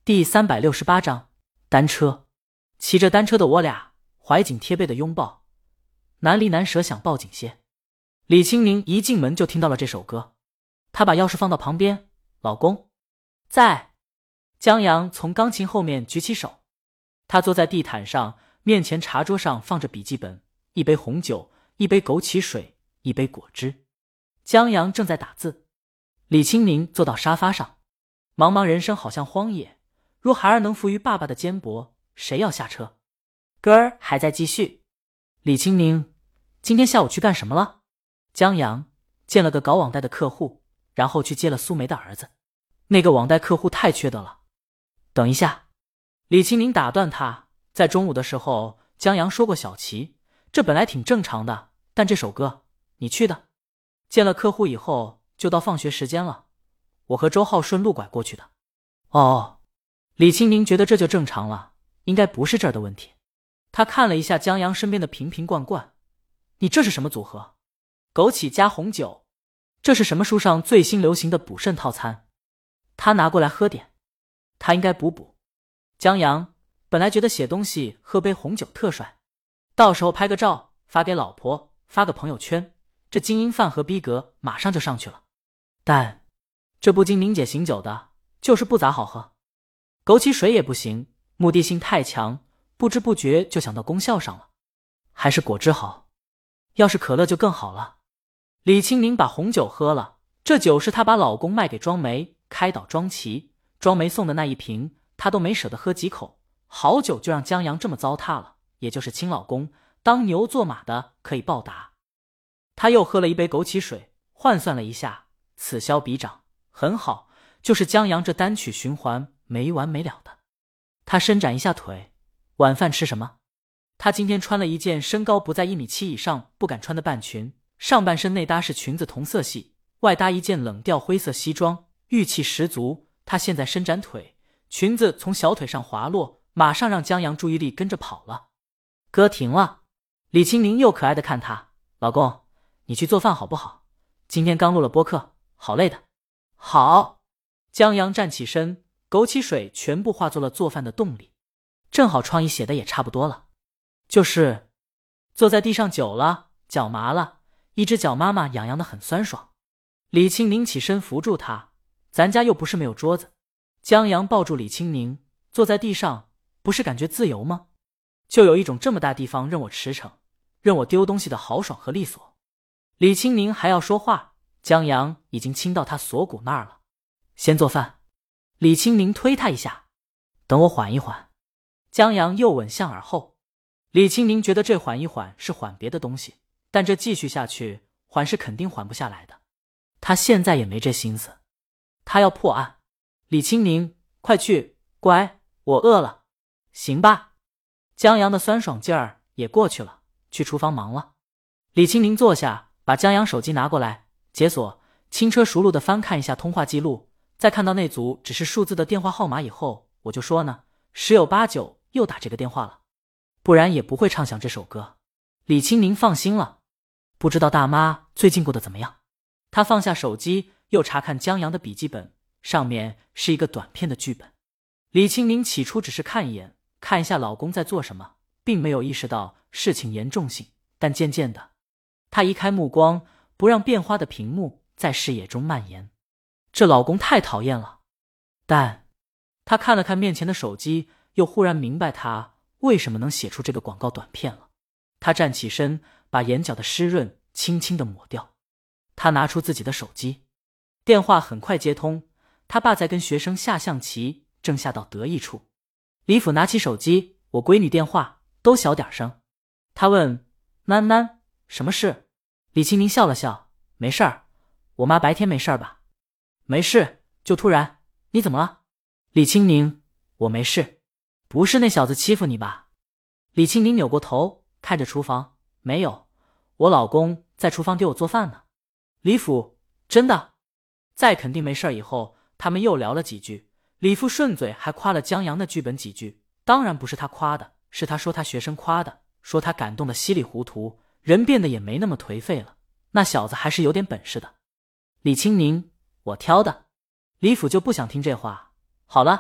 第368章单车。骑着单车的我俩怀紧贴背的拥抱，难离难舍，想抱紧些。李青宁一进门就听到了这首歌，他把钥匙放到旁边，老公在。江阳从钢琴后面举起手，他坐在地毯上，面前茶桌上放着笔记本，一杯红酒，一杯枸杞水，一杯果汁。江阳正在打字，李青宁坐到沙发上。茫茫人生好像荒野，若孩儿能伏于爸爸的肩膊，谁要下车？歌儿还在继续。李青宁，今天下午去干什么了？江阳，见了个搞网贷的客户，然后去接了苏梅的儿子。那个网贷客户太缺德了。等一下，李青宁打断他，在中午的时候，江阳说过小齐，这本来挺正常的，但这首歌，你去的。见了客户以后，就到放学时间了，我和周浩顺路拐过去的。哦，李青宁觉得这就正常了，应该不是这儿的问题。他看了一下江阳身边的瓶瓶罐罐，你这是什么组合？枸杞加红酒，这是什么书上最新流行的补肾套餐？他拿过来喝点，他应该补。江阳本来觉得写东西喝杯红酒特帅，到时候拍个照发给老婆，发个朋友圈，这精英饭和逼格马上就上去了。但这不经宁姐醒酒的，就是不咋好喝。枸杞水也不行，目的性太强，不知不觉就想到功效上了。还是果汁好，要是可乐就更好了。李青宁把红酒喝了，这酒是她把老公卖给庄梅，开导庄琪，庄梅送的那一瓶，她都没舍得喝几口。好酒就让江阳这么糟蹋了，也就是亲老公，当牛做马的可以报答。他又喝了一杯枸杞水，换算了一下，此消彼长，很好，就是江阳这单曲循环没完没了的。他伸展一下腿，晚饭吃什么？他今天穿了一件身高不在1.7米以上不敢穿的半裙，上半身内搭是裙子同色系，外搭一件冷调灰色西装，玉气十足。他现在伸展腿，裙子从小腿上滑落，马上让江阳注意力跟着跑了。歌停了，李青宁又可爱的看他，老公，你去做饭好不好？今天刚录了播客，好累的。好。江阳站起身，枸杞水全部化作了做饭的动力，正好创意写的也差不多了。就是坐在地上久了，脚麻了，一只脚妈妈痒痒的很酸爽。李青宁起身扶住他，咱家又不是没有桌子。江阳抱住李青宁，坐在地上，不是感觉自由吗？就有一种这么大地方任我驰骋，任我丢东西的豪爽和利索。李青宁还要说话，江阳已经亲到他锁骨那儿了。先做饭。李青宁推他一下，等我缓一缓。江阳又吻向耳后。李青宁觉得这缓一缓是缓别的东西，但这继续下去，缓是肯定缓不下来的。他现在也没这心思，他要破案。李青宁，快去，乖，我饿了。行吧。江阳的酸爽劲儿也过去了，去厨房忙了。李青宁坐下，把江阳手机拿过来，解锁，轻车熟路地翻看一下通话记录，在看到那组只是数字的电话号码以后，我就说呢，十有八九又打这个电话了，不然也不会唱响这首歌。李青宁放心了。不知道大妈最近过得怎么样？他放下手机，又查看江阳的笔记本，上面是一个短片的剧本。李青宁起初只是看一眼，看一下老公在做什么，并没有意识到事情严重性，但渐渐的，他移开目光，不让变花的屏幕在视野中蔓延。这老公太讨厌了。但他看了看面前的手机，又忽然明白他为什么能写出这个广告短片了。他站起身，把眼角的湿润轻轻地抹掉。他拿出自己的手机，电话很快接通，他爸在跟学生下象棋，正下到得意处。李府拿起手机，我闺女电话，都小点声。他问，囡囡，什么事？李青宁笑了笑，没事儿，我妈白天没事儿吧？没事，就突然，你怎么了？李青宁，我没事。不是那小子欺负你吧？李青宁扭过头，看着厨房，没有，我老公在厨房给我做饭呢。李府，真的？再肯定没事以后，他们又聊了几句，李父顺嘴还夸了江阳的剧本几句，当然不是他夸的，是他说他学生夸的，说他感动的稀里糊涂，人变得也没那么颓废了，那小子还是有点本事的。李青宁，我挑的。李府就不想听这话。好了，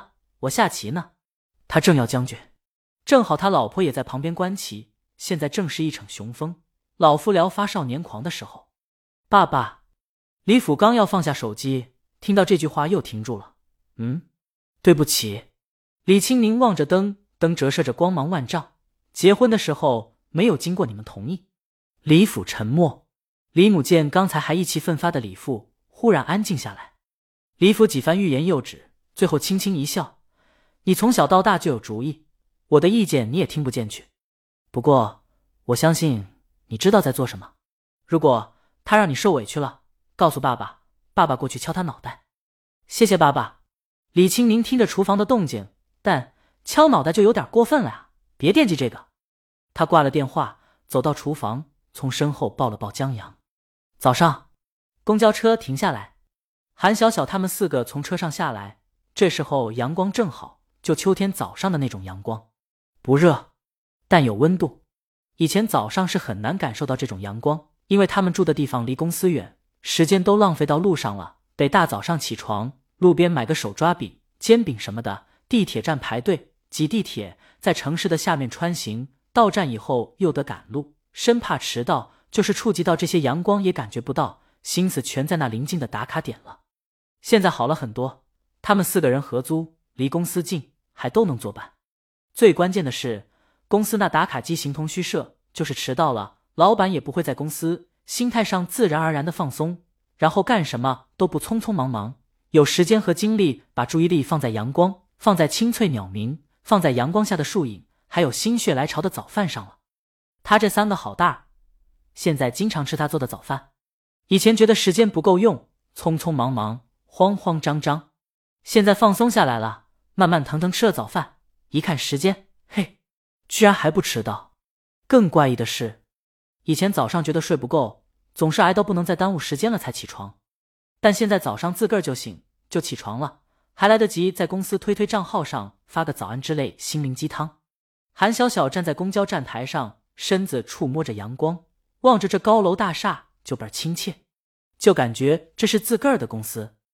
我下棋呢。他正要将军，正好他老婆也在旁边观棋，现在正是一场雄风，老夫聊发少年狂的时候。爸爸，李府刚要放下手机，听到这句话又停住了。对不起。李青宁望着灯折射着光芒万丈。结婚的时候没有经过你们同意。李府沉默。李母见刚才还意气奋发的李父忽然安静下来。李府几番欲言又止，最后轻轻一笑：你从小到大就有主意，我的意见你也听不进去。不过我相信你知道在做什么。如果他让你受委屈了，告诉爸爸，爸爸过去敲他脑袋。谢谢爸爸。李青宁听着厨房的动静，但敲脑袋就有点过分了呀，别惦记这个。他挂了电话，走到厨房，从身后抱了抱江阳。早上，公交车停下来，韩小小他们4个从车上下来，这时候阳光正好，就秋天早上的那种阳光，不热，但有温度。以前早上是很难感受到这种阳光，因为他们住的地方离公司远，时间都浪费到路上了，得大早上起床，路边买个手抓饼、煎饼什么的，地铁站排队挤地铁，在城市的下面穿行，到站以后又得赶路，生怕迟到，就是触及到这些阳光也感觉不到，心思全在那临近的打卡点了。现在好了很多，他们4个人合租，离公司近，还都能作伴。最关键的是，公司那打卡机形同虚设，就是迟到了，老板也不会在公司，心态上自然而然的放松，然后干什么都不匆匆忙忙，有时间和精力把注意力放在阳光，放在青翠鸟鸣，放在阳光下的树影，还有心血来潮的早饭上了。他这3个好大儿，现在经常吃他做的早饭。以前觉得时间不够用，匆匆忙忙，慌慌张张，现在放松下来了，慢慢腾腾吃了早饭，一看时间，嘿，居然还不迟到。更怪异的是，以前早上觉得睡不够，总是挨到不能再耽误时间了才起床，但现在早上自个儿就醒，就起床了，还来得及在公司推账号上发个早安之类心灵鸡汤。韩小小站在公交站台上，身子触摸着阳光，望着这高楼大厦就倍儿亲切，就感觉这是自个儿的公司。